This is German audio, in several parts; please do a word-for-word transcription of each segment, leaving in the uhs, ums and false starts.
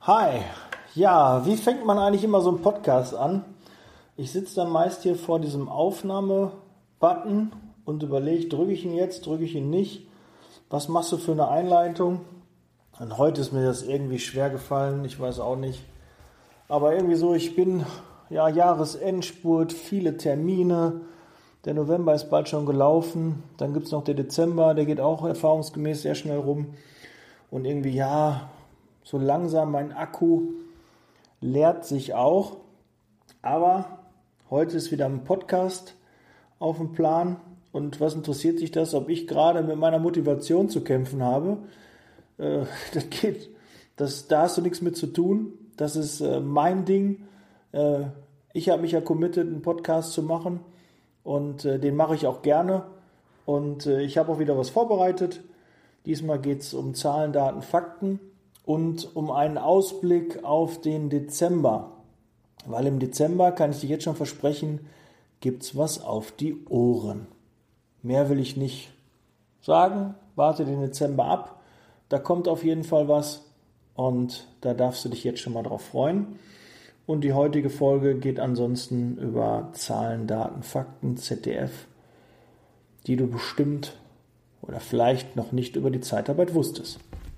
Hi, ja, wie fängt man eigentlich immer so einen Podcast an? Ich sitze dann meist hier vor diesem Aufnahme-Button und überlege, drücke ich ihn jetzt, drücke ich ihn nicht? Was machst du für eine Einleitung? Und heute ist mir das irgendwie schwer gefallen, ich weiß auch nicht. Aber irgendwie so, ich bin, ja, Jahresendspurt, viele Termine. Der November ist bald schon gelaufen. Dann gibt es noch der Dezember, der geht auch erfahrungsgemäß sehr schnell rum. Und irgendwie, ja, so langsam mein Akku leert sich auch. Aber heute ist wieder ein Podcast auf dem Plan. Und was interessiert sich das, ob ich gerade mit meiner Motivation zu kämpfen habe? Äh, das geht, das, da hast du nichts mit zu tun. Das ist äh, mein Ding. Äh, ich habe mich ja committed, einen Podcast zu machen. Und äh, den mache ich auch gerne. Und äh, ich habe auch wieder was vorbereitet. Diesmal geht es um Zahlen, Daten, Fakten und um einen Ausblick auf den Dezember. Weil im Dezember, kann ich dir jetzt schon versprechen, gibt es was auf die Ohren. Mehr will ich nicht sagen. Warte den Dezember ab. Da kommt auf jeden Fall was. Und da darfst du dich jetzt schon mal drauf freuen. Und die heutige Folge geht ansonsten über Zahlen, Daten, Fakten, Z D F, die du bestimmt oder vielleicht noch nicht über die Zeitarbeit wusstest.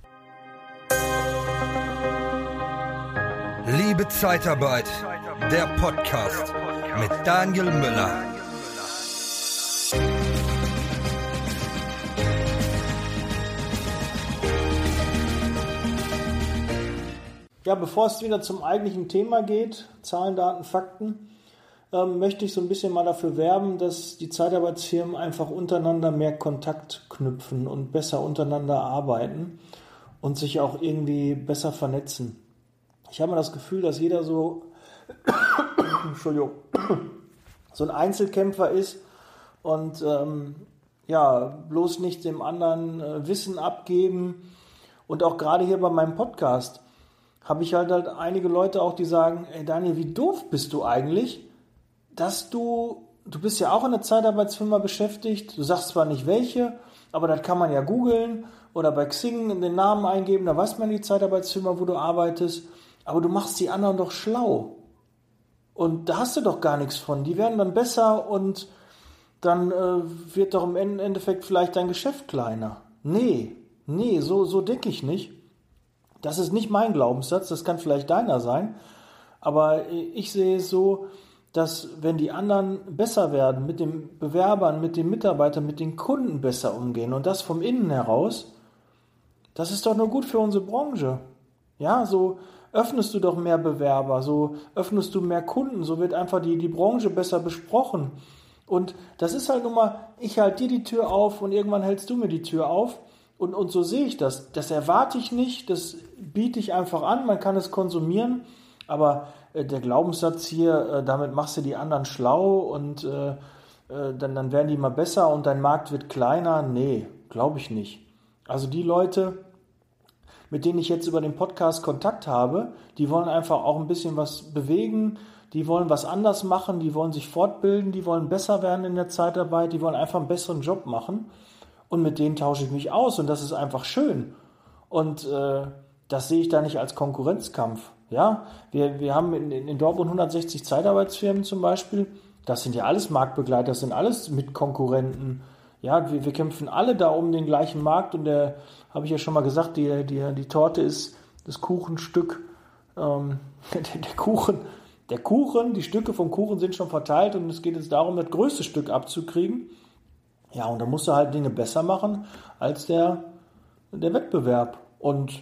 Liebe Zeitarbeit, der Podcast mit Daniel Müller. Ja, bevor es wieder zum eigentlichen Thema geht, Zahlen, Daten, Fakten, ähm, möchte ich so ein bisschen mal dafür werben, dass die Zeitarbeitsfirmen einfach untereinander mehr Kontakt knüpfen und besser untereinander arbeiten und sich auch irgendwie besser vernetzen. Ich habe das Gefühl, dass jeder so, Entschuldigung, so ein Einzelkämpfer ist und ähm, ja, bloß nicht dem anderen äh, Wissen abgeben. Und auch gerade hier bei meinem Podcast habe ich halt, halt einige Leute auch, die sagen, ey Daniel, wie doof bist du eigentlich, dass du, du bist ja auch in einer Zeitarbeitsfirma beschäftigt, du sagst zwar nicht welche, aber das kann man ja googeln oder bei Xing den Namen eingeben, da weiß man die Zeitarbeitsfirma, wo du arbeitest, aber du machst die anderen doch schlau und da hast du doch gar nichts von, die werden dann besser und dann äh, wird doch im Endeffekt vielleicht dein Geschäft kleiner. Nee, nee, so, so denke ich nicht. Das ist nicht mein Glaubenssatz, das kann vielleicht deiner sein, aber ich sehe es so, dass wenn die anderen besser werden, mit den Bewerbern, mit den Mitarbeitern, mit den Kunden besser umgehen und das vom Innen heraus, das ist doch nur gut für unsere Branche. Ja, so öffnest du doch mehr Bewerber, so öffnest du mehr Kunden, so wird einfach die, die Branche besser besprochen. Und das ist halt nun mal, ich halte dir die Tür auf und irgendwann hältst du mir die Tür auf. Und, und so sehe ich das. Das erwarte ich nicht, das biete ich einfach an, man kann es konsumieren, aber äh, der Glaubenssatz hier, äh, damit machst du die anderen schlau und äh, äh, dann, dann werden die mal besser und dein Markt wird kleiner, nee, glaube ich nicht. Also die Leute, mit denen ich jetzt über den Podcast Kontakt habe, die wollen einfach auch ein bisschen was bewegen, die wollen was anders machen, die wollen sich fortbilden, die wollen besser werden in der Zeitarbeit, die wollen einfach einen besseren Job machen. Und mit denen tausche ich mich aus und das ist einfach schön. Und äh, das sehe ich da nicht als Konkurrenzkampf. Ja, wir, wir haben in, in Dortmund hundertsechzig Zeitarbeitsfirmen zum Beispiel. Das sind ja alles Marktbegleiter, das sind alles Mitkonkurrenten. Ja, wir, wir kämpfen alle da um den gleichen Markt und der, habe ich ja schon mal gesagt, die, die, die Torte ist das Kuchenstück, ähm, der, der Kuchen, der Kuchen, die Stücke vom Kuchen sind schon verteilt und es geht jetzt darum, das größte Stück abzukriegen. Ja, und da musst du halt Dinge besser machen als der, der Wettbewerb. Und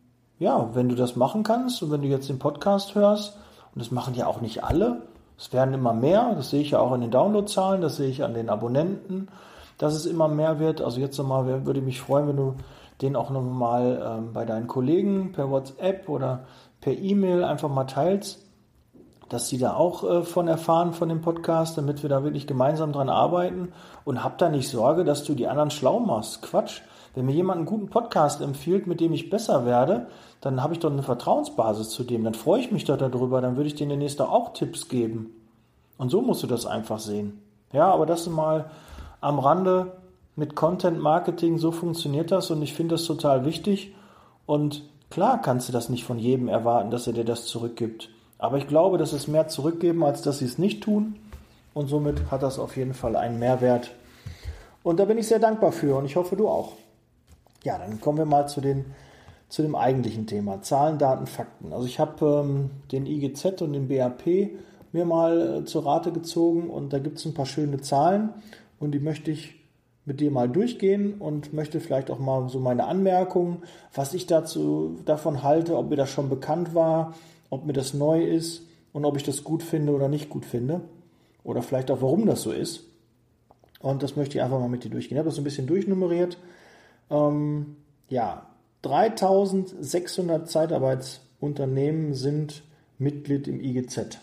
ja, wenn du das machen kannst und wenn du jetzt den Podcast hörst, und das machen ja auch nicht alle, es werden immer mehr, das sehe ich ja auch in den Downloadzahlen, das sehe ich an den Abonnenten, dass es immer mehr wird. Also jetzt nochmal, würde ich mich freuen, wenn du den auch nochmal ähm, bei deinen Kollegen per WhatsApp oder per E-Mail einfach mal teilst, dass sie da auch äh, von erfahren, von dem Podcast, damit wir da wirklich gemeinsam dran arbeiten und hab da nicht Sorge, dass du die anderen schlau machst. Quatsch. Wenn mir jemand einen guten Podcast empfiehlt, mit dem ich besser werde, dann habe ich doch eine Vertrauensbasis zu dem, dann freue ich mich doch darüber, dann würde ich dir demnächst auch Tipps geben. Und so musst du das einfach sehen. Ja, aber das mal am Rande mit Content Marketing, so funktioniert das und ich finde das total wichtig und Klar kannst du das nicht von jedem erwarten, dass er dir das zurückgibt. Aber ich glaube, dass es mehr zurückgeben, als dass sie es nicht tun. Und somit hat das auf jeden Fall einen Mehrwert. Und da bin ich sehr dankbar für und ich hoffe, du auch. Ja, dann kommen wir mal zu, den, zu dem eigentlichen Thema. Zahlen, Daten, Fakten. Also ich habe ähm, den I G Z und den B A P mir mal äh, zur Rate gezogen und da gibt es ein paar schöne Zahlen und die möchte ich mit dir mal durchgehen und möchte vielleicht auch mal so meine Anmerkungen, was ich dazu davon halte, ob mir das schon bekannt war, ob mir das neu ist und ob ich das gut finde oder nicht gut finde oder vielleicht auch, warum das so ist. Und das möchte ich einfach mal mit dir durchgehen. Ich habe das so ein bisschen durchnummeriert. Ähm, ja, dreitausendsechshundert Zeitarbeitsunternehmen sind Mitglied im I G Z.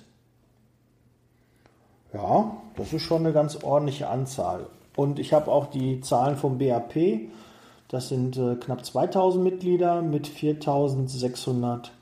Ja, das ist schon eine ganz ordentliche Anzahl. Und ich habe auch die Zahlen vom B A P. Das sind äh, knapp zweitausend Mitglieder mit viertausendsechshundert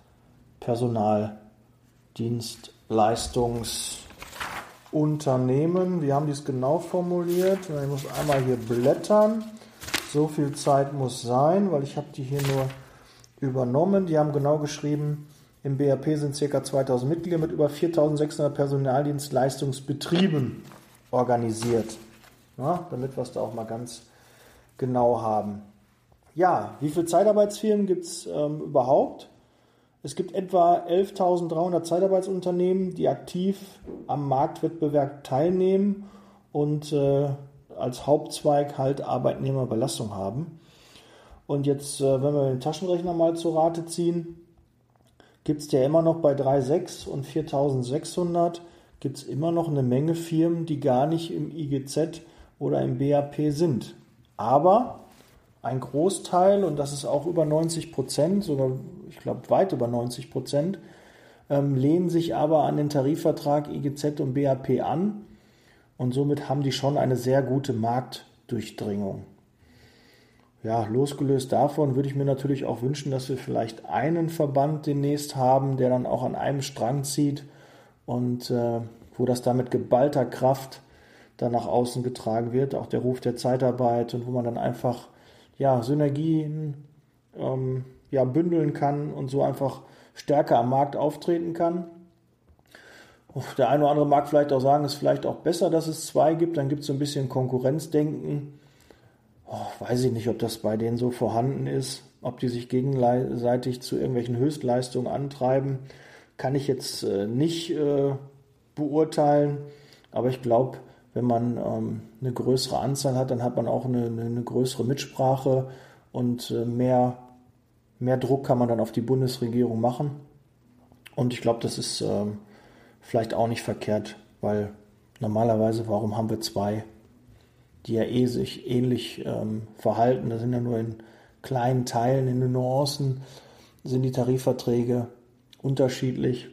Personaldienstleistungsunternehmen. Wie haben die es genau formuliert? Ich muss einmal hier blättern. So viel Zeit muss sein, weil ich habe die hier nur übernommen. Die haben genau geschrieben, im B A P sind ca. zweitausend Mitglieder mit über viertausendsechshundert Personaldienstleistungsbetrieben organisiert. Ja, damit wir es da auch mal ganz genau haben. Ja, wie viele Zeitarbeitsfirmen gibt es ähm, überhaupt? Es gibt etwa elftausenddreihundert Zeitarbeitsunternehmen, die aktiv am Marktwettbewerb teilnehmen und äh, als Hauptzweig halt Arbeitnehmerbelastung haben. Und jetzt, äh, wenn wir den Taschenrechner mal zur Rate ziehen, gibt es ja immer noch bei drei Komma sechs und viertausendsechshundert gibt es immer noch eine Menge Firmen, die gar nicht im I G Z oder im B A P sind. Aber ein Großteil, und das ist auch über neunzig Prozent, sogar ich glaube weit über neunzig Prozent, ähm, lehnen sich aber an den Tarifvertrag I G Z und B A P an und somit haben die schon eine sehr gute Marktdurchdringung. Ja, losgelöst davon würde ich mir natürlich auch wünschen, dass wir vielleicht einen Verband demnächst haben, der dann auch an einem Strang zieht und äh, wo das dann mit geballter Kraft dann nach außen getragen wird, auch der Ruf der Zeitarbeit und wo man dann einfach ja, Synergien ähm, ja, bündeln kann und so einfach stärker am Markt auftreten kann. Der eine oder andere mag vielleicht auch sagen, es ist vielleicht auch besser, dass es zwei gibt, dann gibt es so ein bisschen Konkurrenzdenken. Oh, weiß ich nicht, ob das bei denen so vorhanden ist, ob die sich gegenseitig zu irgendwelchen Höchstleistungen antreiben, kann ich jetzt äh, nicht äh, beurteilen, aber ich glaube, wenn man ähm, eine größere Anzahl hat, dann hat man auch eine, eine, eine größere Mitsprache und äh, mehr, mehr Druck kann man dann auf die Bundesregierung machen. Und ich glaube, das ist äh, vielleicht auch nicht verkehrt, weil normalerweise, warum haben wir zwei, die ja eh sich ähnlich ähm, verhalten? Da sind ja nur in kleinen Teilen, in den Nuancen, sind die Tarifverträge unterschiedlich.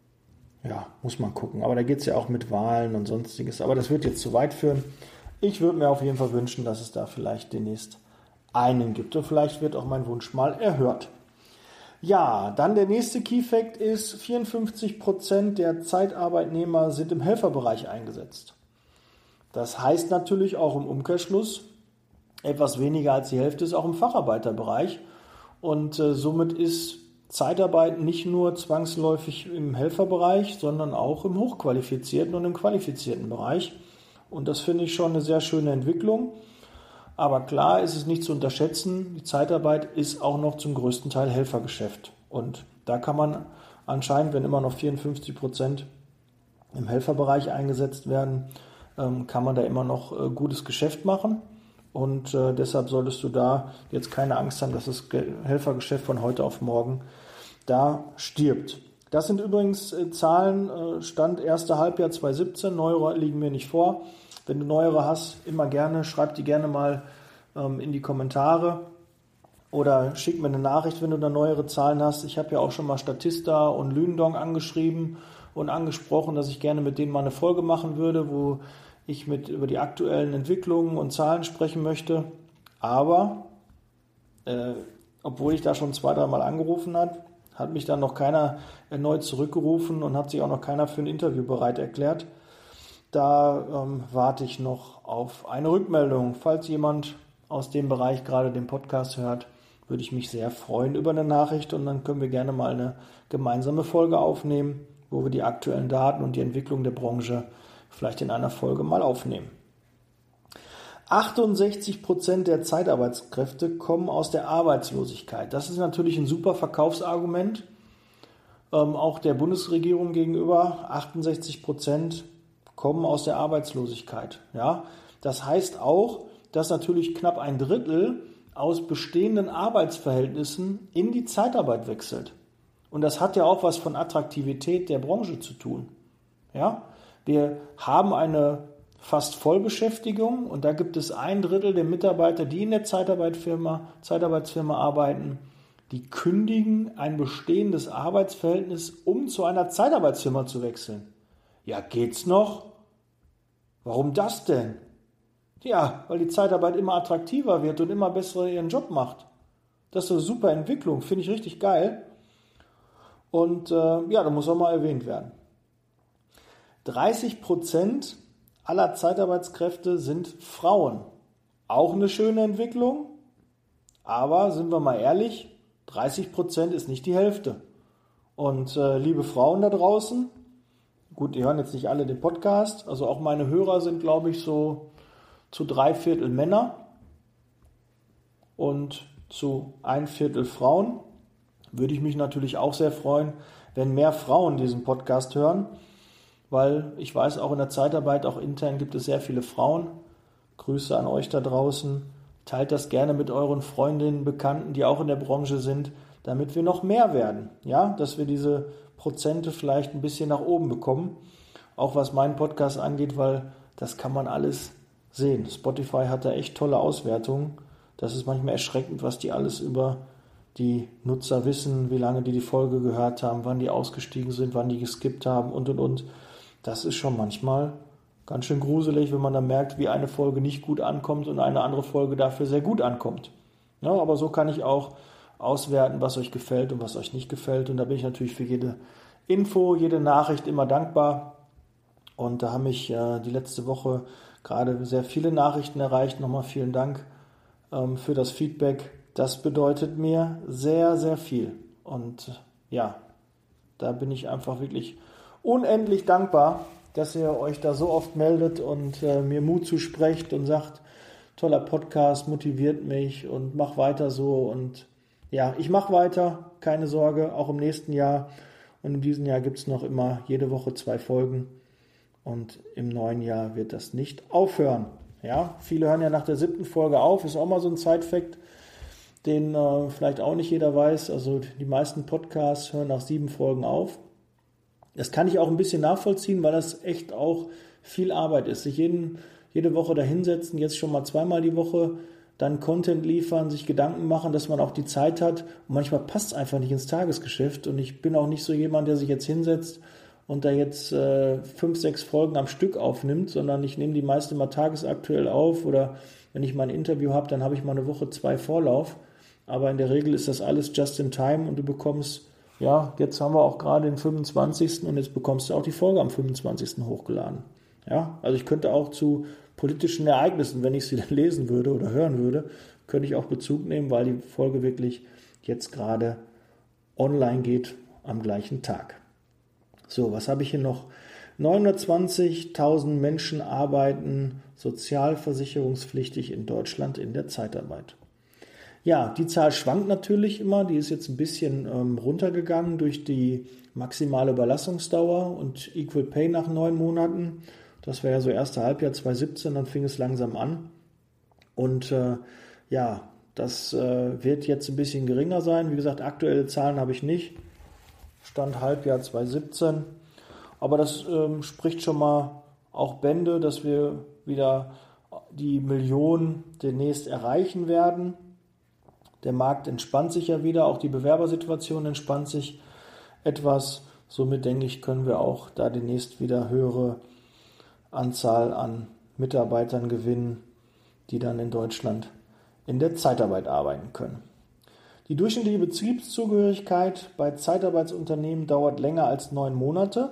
Ja, muss man gucken. Aber da geht es ja auch mit Wahlen und sonstiges. Aber das wird jetzt zu weit führen. Ich würde mir auf jeden Fall wünschen, dass es da vielleicht demnächst einen gibt. Und vielleicht wird auch mein Wunsch mal erhört. Ja, dann der nächste Key Fact ist, vierundfünfzig Prozent der Zeitarbeitnehmer sind im Helferbereich eingesetzt. Das heißt natürlich auch im Umkehrschluss, etwas weniger als die Hälfte ist auch im Facharbeiterbereich. Und äh, somit ist Zeitarbeit nicht nur zwangsläufig im Helferbereich, sondern auch im hochqualifizierten und im qualifizierten Bereich. Und das finde ich schon eine sehr schöne Entwicklung. Aber klar ist es nicht zu unterschätzen, die Zeitarbeit ist auch noch zum größten Teil Helfergeschäft. Und da kann man anscheinend, wenn immer noch vierundfünfzig Prozent im Helferbereich eingesetzt werden, kann man da immer noch gutes Geschäft machen. Und äh, deshalb solltest du da jetzt keine Angst haben, dass das Helfergeschäft von heute auf morgen da stirbt. Das sind übrigens äh, Zahlen, äh, Stand erste Halbjahr zwanzig siebzehn, neuere liegen mir nicht vor. Wenn du neuere hast, immer gerne, schreib die gerne mal ähm, in die Kommentare oder schick mir eine Nachricht, wenn du da neuere Zahlen hast. Ich habe ja auch schon mal Statista und Lündong angeschrieben und angesprochen, dass ich gerne mit denen mal eine Folge machen würde, wo ich mit über die aktuellen Entwicklungen und Zahlen sprechen möchte. Aber, äh, obwohl ich da schon zwei, dreimal angerufen habe, hat mich dann noch keiner erneut zurückgerufen und hat sich auch noch keiner für ein Interview bereit erklärt. Da ähm, warte ich noch auf eine Rückmeldung. Falls jemand aus dem Bereich gerade den Podcast hört, würde ich mich sehr freuen über eine Nachricht und dann können wir gerne mal eine gemeinsame Folge aufnehmen, wo wir die aktuellen Daten und die Entwicklung der Branche vielleicht in einer Folge mal aufnehmen. achtundsechzig Prozent der Zeitarbeitskräfte kommen aus der Arbeitslosigkeit. Das ist natürlich ein super Verkaufsargument, ähm, auch der Bundesregierung gegenüber. achtundsechzig Prozent kommen aus der Arbeitslosigkeit. Ja? Das heißt auch, dass natürlich knapp ein Drittel aus bestehenden Arbeitsverhältnissen in die Zeitarbeit wechselt. Und das hat ja auch was von Attraktivität der Branche zu tun. Ja? Wir haben eine fast Vollbeschäftigung und da gibt es ein Drittel der Mitarbeiter, die in der Zeitarbeitsfirma, Zeitarbeitsfirma arbeiten, die kündigen ein bestehendes Arbeitsverhältnis, um zu einer Zeitarbeitsfirma zu wechseln. Ja, geht's noch? Warum das denn? Ja, weil die Zeitarbeit immer attraktiver wird und immer besser ihren Job macht. Das ist eine super Entwicklung, finde ich richtig geil. Und äh, ja, da muss auch mal erwähnt werden. dreißig Prozent aller Zeitarbeitskräfte sind Frauen. Auch eine schöne Entwicklung, aber sind wir mal ehrlich, dreißig Prozent ist nicht die Hälfte. Und äh, liebe Frauen da draußen, gut, die hören jetzt nicht alle den Podcast, also auch meine Hörer sind, glaube ich, so zu drei Viertel Männer und zu ein Viertel Frauen. Würde ich mich natürlich auch sehr freuen, wenn mehr Frauen diesen Podcast hören, weil ich weiß, auch in der Zeitarbeit, auch intern gibt es sehr viele Frauen. Grüße an euch da draußen. Teilt das gerne mit euren Freundinnen, Bekannten, die auch in der Branche sind, damit wir noch mehr werden. Ja, dass wir diese Prozente vielleicht ein bisschen nach oben bekommen, auch was meinen Podcast angeht, weil das kann man alles sehen. Spotify hat da echt tolle Auswertungen. Das ist manchmal erschreckend, was die alles über die Nutzer wissen, wie lange die die Folge gehört haben, wann die ausgestiegen sind, wann die geskippt haben und, und, und. Das ist schon manchmal ganz schön gruselig, wenn man dann merkt, wie eine Folge nicht gut ankommt und eine andere Folge dafür sehr gut ankommt. Ja, aber so kann ich auch auswerten, was euch gefällt und was euch nicht gefällt. Und da bin ich natürlich für jede Info, jede Nachricht immer dankbar. Und da haben mich äh, die letzte Woche gerade sehr viele Nachrichten erreicht. Nochmal vielen Dank ähm, für das Feedback. Das bedeutet mir sehr, sehr viel. Und ja, da bin ich einfach wirklich unendlich dankbar, dass ihr euch da so oft meldet und äh, mir Mut zusprecht und sagt, toller Podcast, motiviert mich und mach weiter so. Und ja, ich mache weiter, keine Sorge, auch im nächsten Jahr. Und in diesem Jahr gibt es noch immer jede Woche zwei Folgen. Und im neuen Jahr wird das nicht aufhören. Ja, viele hören ja nach der siebten Folge auf. Ist auch mal so ein Side-Fact, den äh, vielleicht auch nicht jeder weiß. Also die meisten Podcasts hören nach sieben Folgen auf. Das kann ich auch ein bisschen nachvollziehen, weil das echt auch viel Arbeit ist. Sich jeden, jede Woche da hinsetzen, jetzt schon mal zweimal die Woche, dann Content liefern, sich Gedanken machen, dass man auch die Zeit hat. Und manchmal passt es einfach nicht ins Tagesgeschäft. Und ich bin auch nicht so jemand, der sich jetzt hinsetzt und da jetzt äh, fünf, sechs Folgen am Stück aufnimmt, sondern ich nehme die meiste mal tagesaktuell auf oder wenn ich mal ein Interview habe, dann habe ich mal eine Woche, zwei Vorlauf. Aber in der Regel ist das alles just in time und du bekommst, ja, jetzt haben wir auch gerade den fünfundzwanzigsten und jetzt bekommst du auch die Folge am fünfundzwanzigsten hochgeladen. Ja, also ich könnte auch zu politischen Ereignissen, wenn ich sie dann lesen würde oder hören würde, könnte ich auch Bezug nehmen, weil die Folge wirklich jetzt gerade online geht am gleichen Tag. So, was habe ich hier noch? neunhundertzwanzigtausend Menschen arbeiten sozialversicherungspflichtig in Deutschland in der Zeitarbeit. Ja, die Zahl schwankt natürlich immer. Die ist jetzt ein bisschen ähm, runtergegangen durch die maximale Überlassungsdauer und Equal Pay nach neun Monaten. Das war ja so erste Halbjahr zwanzig siebzehn, dann fing es langsam an. Und äh, ja, das äh, wird jetzt ein bisschen geringer sein. Wie gesagt, aktuelle Zahlen habe ich nicht. Stand Halbjahr zwanzig siebzehn. Aber das ähm, spricht schon mal auch Bände, dass wir wieder die Million demnächst erreichen werden. Der Markt entspannt sich ja wieder, auch die Bewerbersituation entspannt sich etwas. Somit denke ich, können wir auch da demnächst wieder höhere Anzahl an Mitarbeitern gewinnen, die dann in Deutschland in der Zeitarbeit arbeiten können. Die durchschnittliche Betriebszugehörigkeit bei Zeitarbeitsunternehmen dauert länger als neun Monate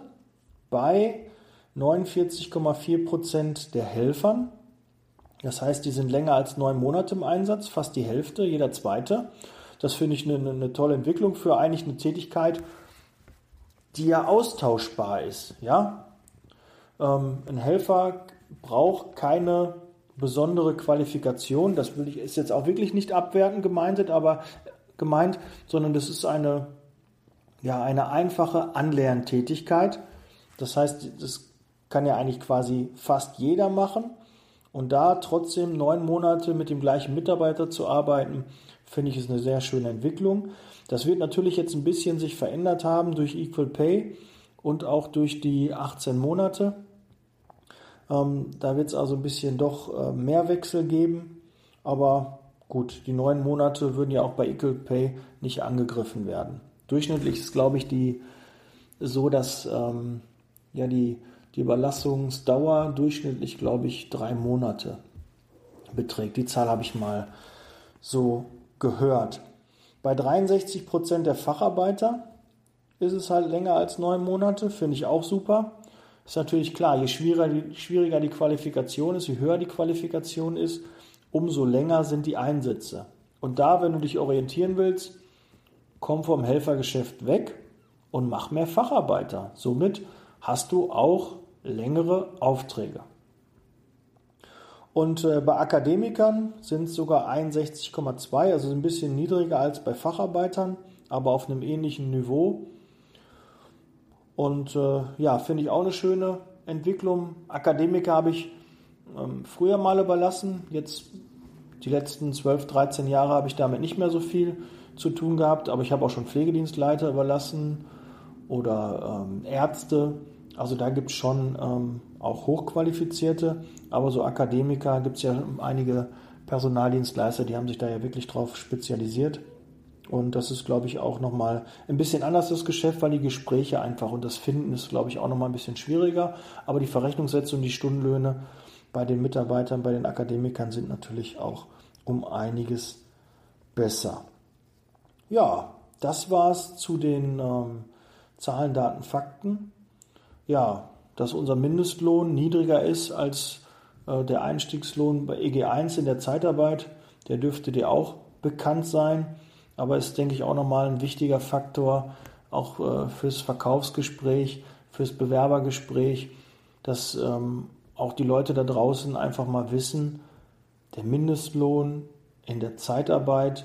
bei neunundvierzig Komma vier Prozent der Helfern. Das heißt, die sind länger als neun Monate im Einsatz, fast die Hälfte, jeder zweite. Das finde ich eine, eine tolle Entwicklung für eigentlich eine Tätigkeit, die ja austauschbar ist. Ja? Ähm, ein Helfer braucht keine besondere Qualifikation. Das will ich, ist jetzt auch wirklich nicht abwertend gemeint, aber gemeint, sondern das ist eine, ja, eine einfache Anlerntätigkeit. Das heißt, das kann ja eigentlich quasi fast jeder machen. Und da trotzdem neun Monate mit dem gleichen Mitarbeiter zu arbeiten, finde ich, ist eine sehr schöne Entwicklung. Das wird natürlich jetzt ein bisschen sich verändert haben durch Equal Pay und auch durch die achtzehn Monate. Ähm, da wird es also ein bisschen doch äh, mehr Wechsel geben. Aber gut, die neun Monate würden ja auch bei Equal Pay nicht angegriffen werden. Durchschnittlich ist, glaube ich, die so, dass ähm, ja die, die Überlassungsdauer durchschnittlich, glaube ich, drei Monate beträgt. Die Zahl habe ich mal so gehört. Bei dreiundsechzig Prozent der Facharbeiter ist es halt länger als neun Monate, finde ich auch super. Ist natürlich klar, je schwieriger die, schwieriger die Qualifikation ist, je höher die Qualifikation ist, umso länger sind die Einsätze. Und da, wenn du dich orientieren willst, komm vom Helfergeschäft weg und mach mehr Facharbeiter. Somit hast du auch längere Aufträge. Und äh, bei Akademikern sind es sogar einundsechzig Komma zwei, also ein bisschen niedriger als bei Facharbeitern, aber auf einem ähnlichen Niveau. Und äh, ja, finde ich auch eine schöne Entwicklung. Akademiker habe ich ähm, früher mal überlassen. Jetzt die letzten zwölf, dreizehn Jahre habe ich damit nicht mehr so viel zu tun gehabt, aber ich habe auch schon Pflegedienstleiter überlassen oder ähm, Ärzte. Also da gibt es schon ähm, auch Hochqualifizierte, aber so Akademiker gibt es ja einige Personaldienstleister, die haben sich da ja wirklich drauf spezialisiert. Und das ist, glaube ich, auch nochmal ein bisschen anders das Geschäft, weil die Gespräche einfach und das Finden ist, glaube ich, auch nochmal ein bisschen schwieriger. Aber die Verrechnungssätze und die Stundenlöhne bei den Mitarbeitern, bei den Akademikern sind natürlich auch um einiges besser. Ja, das war's zu den ähm, Zahlen, Daten, Fakten. Ja, dass unser Mindestlohn niedriger ist als äh, der Einstiegslohn bei E G eins in der Zeitarbeit, der dürfte dir auch bekannt sein. Aber ist, denke ich, auch nochmal ein wichtiger Faktor, auch äh, fürs Verkaufsgespräch, fürs Bewerbergespräch, dass ähm, auch die Leute da draußen einfach mal wissen, der Mindestlohn in der Zeitarbeit,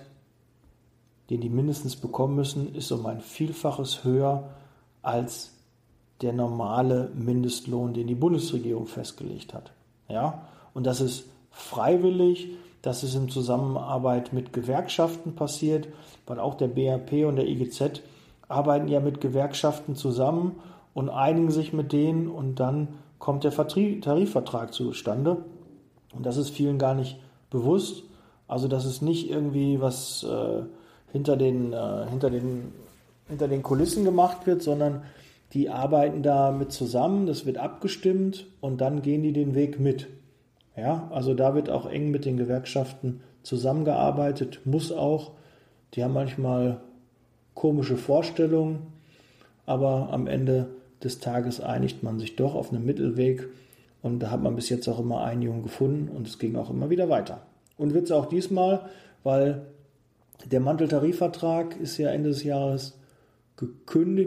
den die mindestens bekommen müssen, ist um ein Vielfaches höher als der normale Mindestlohn, den die Bundesregierung festgelegt hat. Ja? Und das ist freiwillig, das ist in Zusammenarbeit mit Gewerkschaften passiert, weil auch der B A P und der I G Z arbeiten ja mit Gewerkschaften zusammen und einigen sich mit denen und dann kommt der Tarifvertrag zustande. Und das ist vielen gar nicht bewusst. Also das ist nicht irgendwie was äh, hinter den, äh, hinter den, hinter den Kulissen gemacht wird, sondern die arbeiten da mit zusammen, das wird abgestimmt und dann gehen die den Weg mit. Ja, also da wird auch eng mit den Gewerkschaften zusammengearbeitet, muss auch. Die haben manchmal komische Vorstellungen, aber am Ende des Tages einigt man sich doch auf einen Mittelweg und da hat man bis jetzt auch immer Einigung gefunden und es ging auch immer wieder weiter. Und wird es auch diesmal, weil der Manteltarifvertrag ist ja Ende des Jahres gekündigt,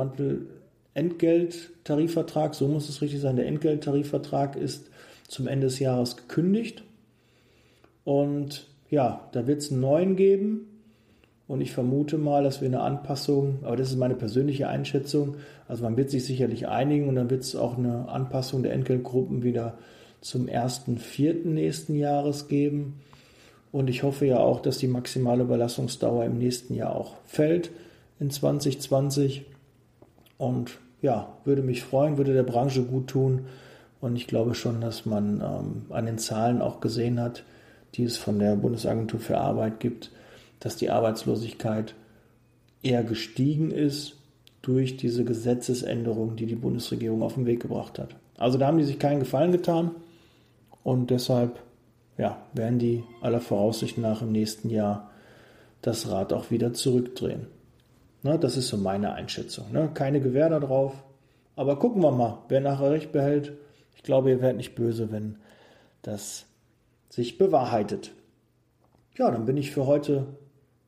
Mantelentgelttarifvertrag, so muss es richtig sein, der Entgelttarifvertrag ist zum Ende des Jahres gekündigt und ja, da wird es einen neuen geben und ich vermute mal, dass wir eine Anpassung, aber das ist meine persönliche Einschätzung, also man wird sich sicherlich einigen und dann wird es auch eine Anpassung der Entgeltgruppen wieder zum ersten vierten nächsten Jahres geben und ich hoffe ja auch, dass die maximale Überlassungsdauer im nächsten Jahr auch fällt in zwanzig zwanzig und ja, würde mich freuen, würde der Branche gut tun. Und ich glaube schon, dass man ähm, an den Zahlen auch gesehen hat, die es von der Bundesagentur für Arbeit gibt, dass die Arbeitslosigkeit eher gestiegen ist durch diese Gesetzesänderung, die die Bundesregierung auf den Weg gebracht hat. Also da haben die sich keinen Gefallen getan und deshalb ja, werden die aller Voraussicht nach im nächsten Jahr das Rad auch wieder zurückdrehen. Ne, das ist so meine Einschätzung. Ne? Keine Gewähr darauf, aber gucken wir mal, wer nachher recht behält. Ich glaube, ihr werdet nicht böse, wenn das sich bewahrheitet. Ja, dann bin ich für heute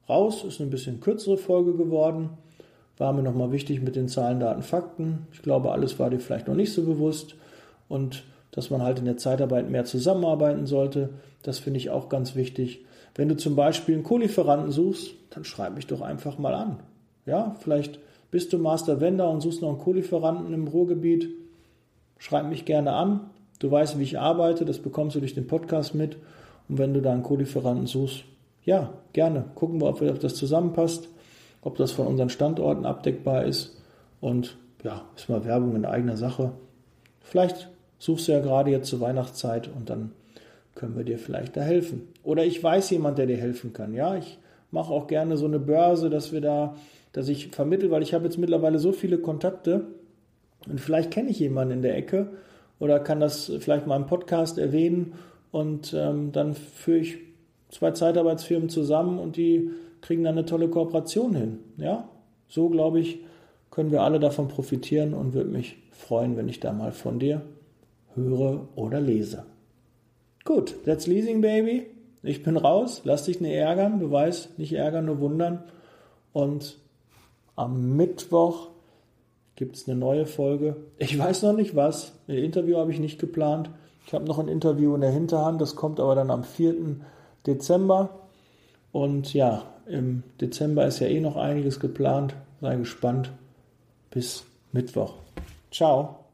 raus. Ist eine bisschen kürzere Folge geworden. War mir nochmal wichtig mit den Zahlen, Daten, Fakten. Ich glaube, alles war dir vielleicht noch nicht so bewusst. Und dass man halt in der Zeitarbeit mehr zusammenarbeiten sollte, das finde ich auch ganz wichtig. Wenn du zum Beispiel einen Co-Lieferanten suchst, dann schreib mich doch einfach mal an. Ja, vielleicht bist du Master Vendor und suchst noch einen Co-Lieferanten im Ruhrgebiet. Schreib mich gerne an. Du weißt, wie ich arbeite, das bekommst du durch den Podcast mit. Und wenn du da einen Co-Lieferanten suchst, ja, gerne. Gucken wir, ob, wir, ob das zusammenpasst, ob das von unseren Standorten abdeckbar ist. Und ja, ist mal Werbung in eigener Sache. Vielleicht suchst du ja gerade jetzt zur Weihnachtszeit und dann können wir dir vielleicht da helfen. Oder ich weiß jemand, der dir helfen kann. Ja, ich mache auch gerne so eine Börse, dass wir da, dass ich vermittle, weil ich habe jetzt mittlerweile so viele Kontakte und vielleicht kenne ich jemanden in der Ecke oder kann das vielleicht mal im Podcast erwähnen und ähm, dann führe ich zwei Zeitarbeitsfirmen zusammen und die kriegen dann eine tolle Kooperation hin. Ja, so glaube ich, können wir alle davon profitieren und würde mich freuen, wenn ich da mal von dir höre oder lese. Gut, that's Leasing Baby. Ich bin raus, lass dich nicht ärgern. Du weißt, nicht ärgern, nur wundern. Und am Mittwoch gibt es eine neue Folge. Ich weiß noch nicht was. Ein Interview habe ich nicht geplant. Ich habe noch ein Interview in der Hinterhand. Das kommt aber dann am vierten Dezember. Und ja, im Dezember ist ja eh noch einiges geplant. Sei gespannt. Bis Mittwoch. Ciao.